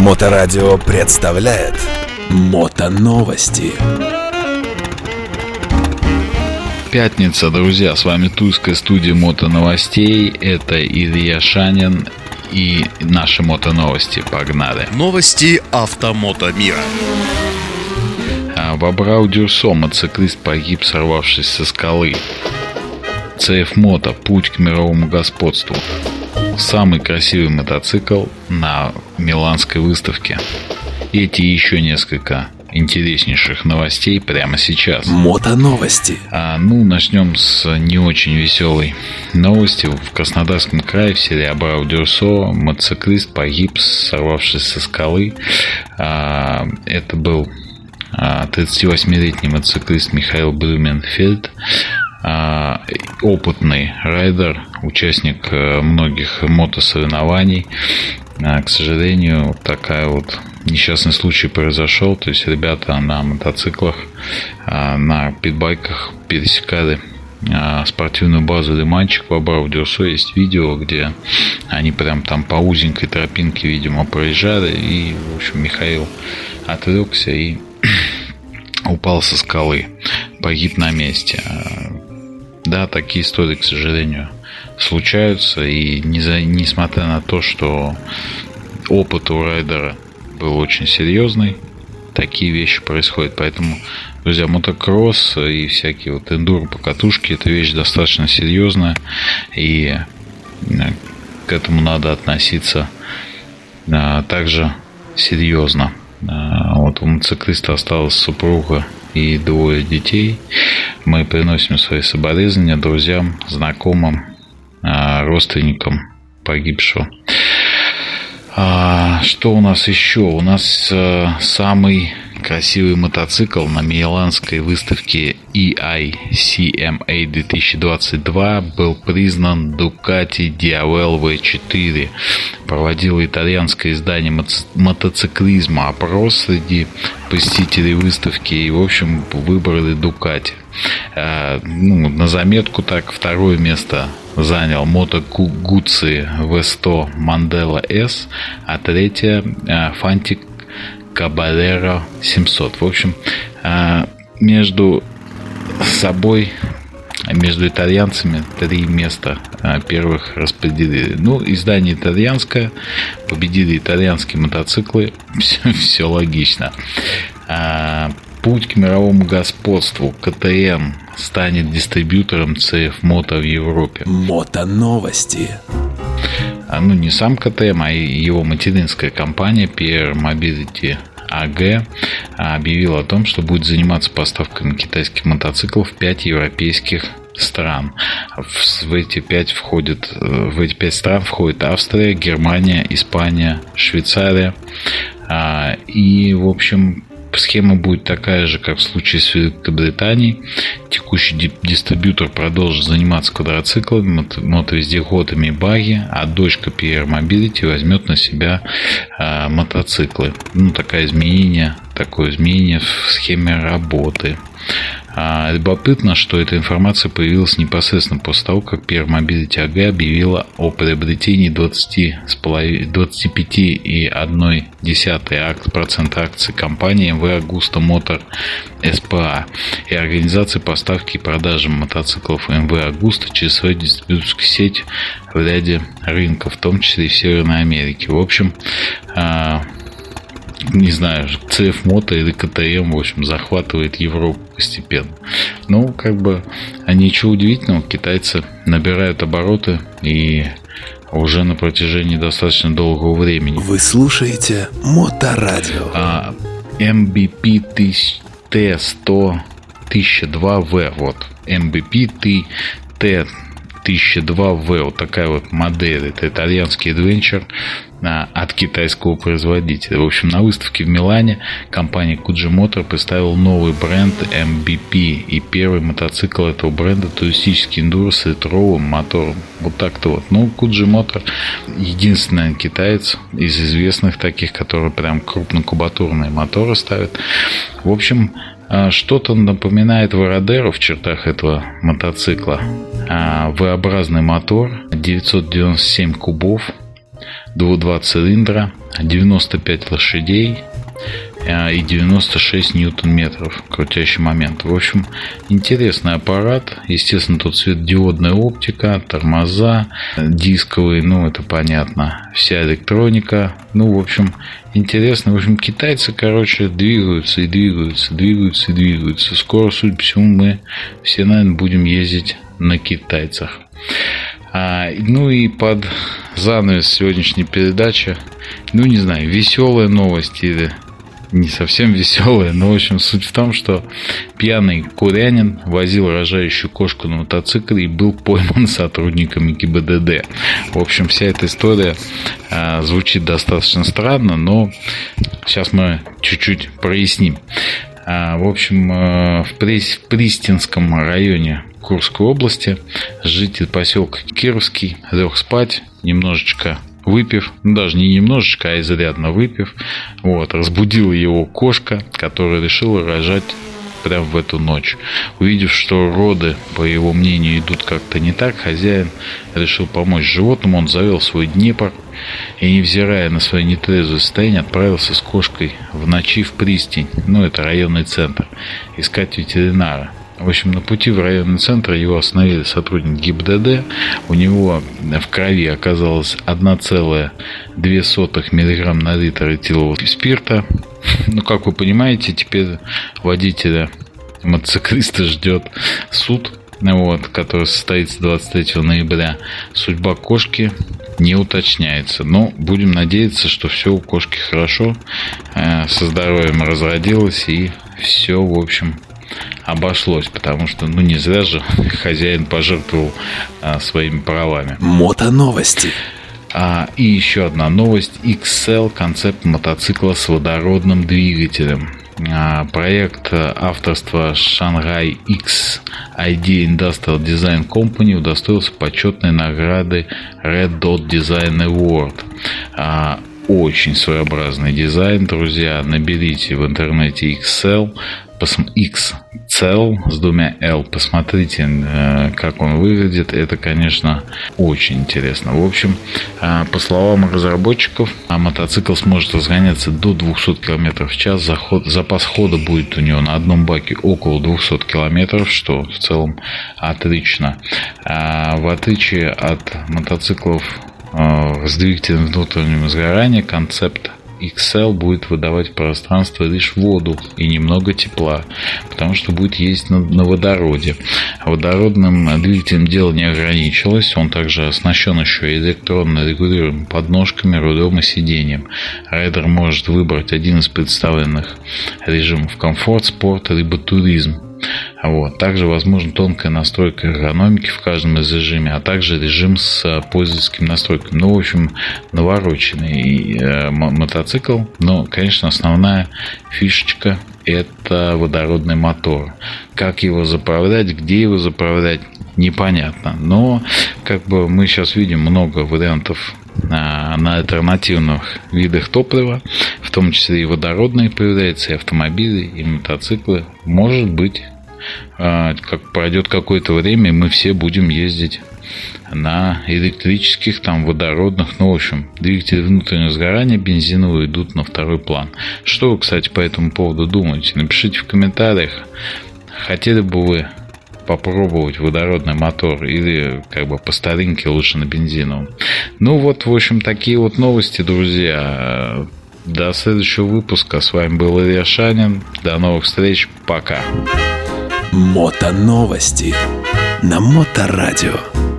Моторадио представляет Мотоновости. Пятница, друзья, с вами тульская студия Мотоновостей. Это Илья Шанин и наши Мотоновости. Погнали. Новости автомото мира. В Абрау-Дюрсо мотоциклист погиб, сорвавшись со скалы. CF Moto. Путь к мировому господству. Самый красивый мотоцикл на Миланской выставке. Эти и еще несколько интереснейших новостей прямо сейчас. Мотоновости. Начнем с не очень веселой новости. В Краснодарском крае в селе Абрау-Дюрсо мотоциклист погиб, сорвавшись со скалы. Это был 38-летний мотоциклист Михаил Блюменфельд. Опытный райдер, участник многих мотосоревнований. К сожалению, такая вот несчастный случай произошел. То есть ребята на мотоциклах, на питбайках пересекали спортивную базу Лиманчик в Абрау-Дюрсо. Есть видео, где они прям там по узенькой тропинке, видимо, проезжали. И, в общем, Михаил отвлекся и упал со скалы. Погиб на месте. Да, такие истории, к сожалению, случаются. И несмотря на то, что опыт у райдера был очень серьезный, такие вещи происходят. Поэтому, друзья, мотокросс и всякие вот эндуро покатушки — это вещь достаточно серьезная. И к этому надо относиться также серьезно. Вот у мотоциклиста осталась супруга и 2 детей. Мы приносим свои соболезнования друзьям, знакомым, родственникам погибшего. Что у нас еще? У нас самый красивый мотоцикл на Миланской выставке EICMA 2022 был признан Ducati Diavel V4. Проводило итальянское издание мотоциклизма опрос среди посетителей выставки и, в общем, выбрали Ducati. На заметку так, 2 место занял Moto Guzzi V100 Mandela S, а 3 Fantic Caballero 700. В общем, между собой, между итальянцами 3 места первых распределили. Издание итальянское, победили итальянские мотоциклы. Все логично. Путь к мировому господству. КТМ станет дистрибьютором CF Moto в Европе. Мотоновости. Не сам КТМ, а его материнская компания PR Mobility AG объявила о том, что будет заниматься поставками китайских мотоциклов в 5 европейских стран. В эти 5 стран входят Австрия, Германия, Испания, Швейцария. И, в общем, схема будет такая же, как в случае с Великобританией. Текущий дистрибьютор продолжит заниматься квадроциклами, мотовездеходами и баги, а дочка PR Mobility возьмет на себя мотоциклы. Такое изменение в схеме работы. Любопытно, что эта информация появилась непосредственно после того, как PR Mobility AG объявила о приобретении 25,1% акций компании MV Agusta Motor SPA и организации поставки и продажи мотоциклов MV Agusta через свою дистрибьюторскую сеть в ряде рынков, в том числе и в Северной Америке. В общем, не знаю, CF Moto или КТМ, в общем, захватывает Европу постепенно. Ничего удивительного, китайцы набирают обороты и уже на протяжении достаточно долгого времени. Вы слушаете Моторадио. MBP T100-1002V. Вот. MBP T1002V. Вот такая вот модель. Это итальянский адвенчер от китайского производителя. В общем, на выставке в Милане компания Fuji Motor представила новый бренд MBP. И первый мотоцикл этого бренда — туристический эндуро с ретровым мотором. Вот так-то вот. Fuji Motor единственный китаец из известных таких, который прям крупнокубатурные моторы ставит. В общем, что-то напоминает Вородеро в чертах этого мотоцикла. V-образный мотор, 997 кубов, 2 цилиндра, 95 лошадей и 96 ньютон-метров крутящий момент. В общем, интересный аппарат. Естественно, тут светодиодная оптика, тормоза, дисковые, это понятно. Вся электроника. В общем, интересно. В общем, китайцы, двигаются и двигаются, двигаются и двигаются. Скоро, судя по всему, мы все, наверное, будем ездить на китайцах. И под занавес сегодняшней передачи, не знаю, веселая новость или не совсем веселая, но, в общем, суть в том, что пьяный курянин возил рожающую кошку на мотоцикле и был пойман сотрудниками ГИБДД. В общем, вся эта история звучит достаточно странно, но сейчас мы чуть-чуть проясним. В общем, в Пристинском районе Курской области житель поселка Кировский лег спать, немножечко выпив, даже не немножечко, а изрядно выпив. Разбудила его кошка, которая решила рожать прямо в эту ночь. Увидев, что роды, по его мнению, идут как-то не так, хозяин решил помочь животному. Он завел свой Днепр и, невзирая на свое нетрезвое состояние, отправился с кошкой в ночи в Пристинь, это районный центр, искать ветеринара. В общем, на пути в районный центр его остановили сотрудники ГИБДД. У него в крови оказалось 1,2 мг на литр этилового спирта. Как вы понимаете, теперь водителя мотоциклиста ждет суд, который состоится 23 ноября. Судьба кошки не уточняется. Но будем надеяться, что все у кошки хорошо, со здоровьем разродилось и все, в общем, обошлось, потому что, не зря же хозяин пожертвовал своими правами. Мотоновости. И еще одна новость. XL – концепт мотоцикла с водородным двигателем. Проект авторства Shanghai X ID Industrial Design Company удостоился почетной награды Red Dot Design Award. Очень своеобразный дизайн, друзья. Наберите в интернете XL с 2 L. Посмотрите, как он выглядит. Это, конечно, очень интересно. В общем, по словам разработчиков, мотоцикл сможет разгоняться до 200 км в час. Запас хода будет у него на одном баке около 200 км, что в целом отлично. В отличие от мотоциклов с двигателем внутреннего сгорания, концепт XL будет выдавать в пространство лишь воду и немного тепла, потому что будет ездить на водороде. Водородным двигателем дело не ограничилось. Он также оснащен еще электронно регулируемыми подножками, рулем и сиденьем. Райдер может выбрать один из представленных режимов: комфорт, спорт, либо туризм. Также возможна тонкая настройка эргономики в каждом из режимов, а также режим с пользовательскими настройками. В общем, навороченный мотоцикл. Но, конечно, основная фишечка – это водородный мотор. Как его заправлять, где его заправлять, непонятно. Но, мы сейчас видим много вариантов на альтернативных видах топлива, в том числе и водородные появляются, и автомобили, и мотоциклы. Может быть, как пройдет какое-то время, мы все будем ездить на электрических, водородных. В общем, двигатели внутреннего сгорания бензиновые идут на второй план. Что вы, кстати, по этому поводу думаете? Напишите в комментариях. Хотели бы вы попробовать водородный мотор или по старинке лучше на бензиновом? В общем, такие новости, друзья. До следующего выпуска. С вами был Илья Шанин. До новых встреч. Пока. Мотоновости на Моторадио.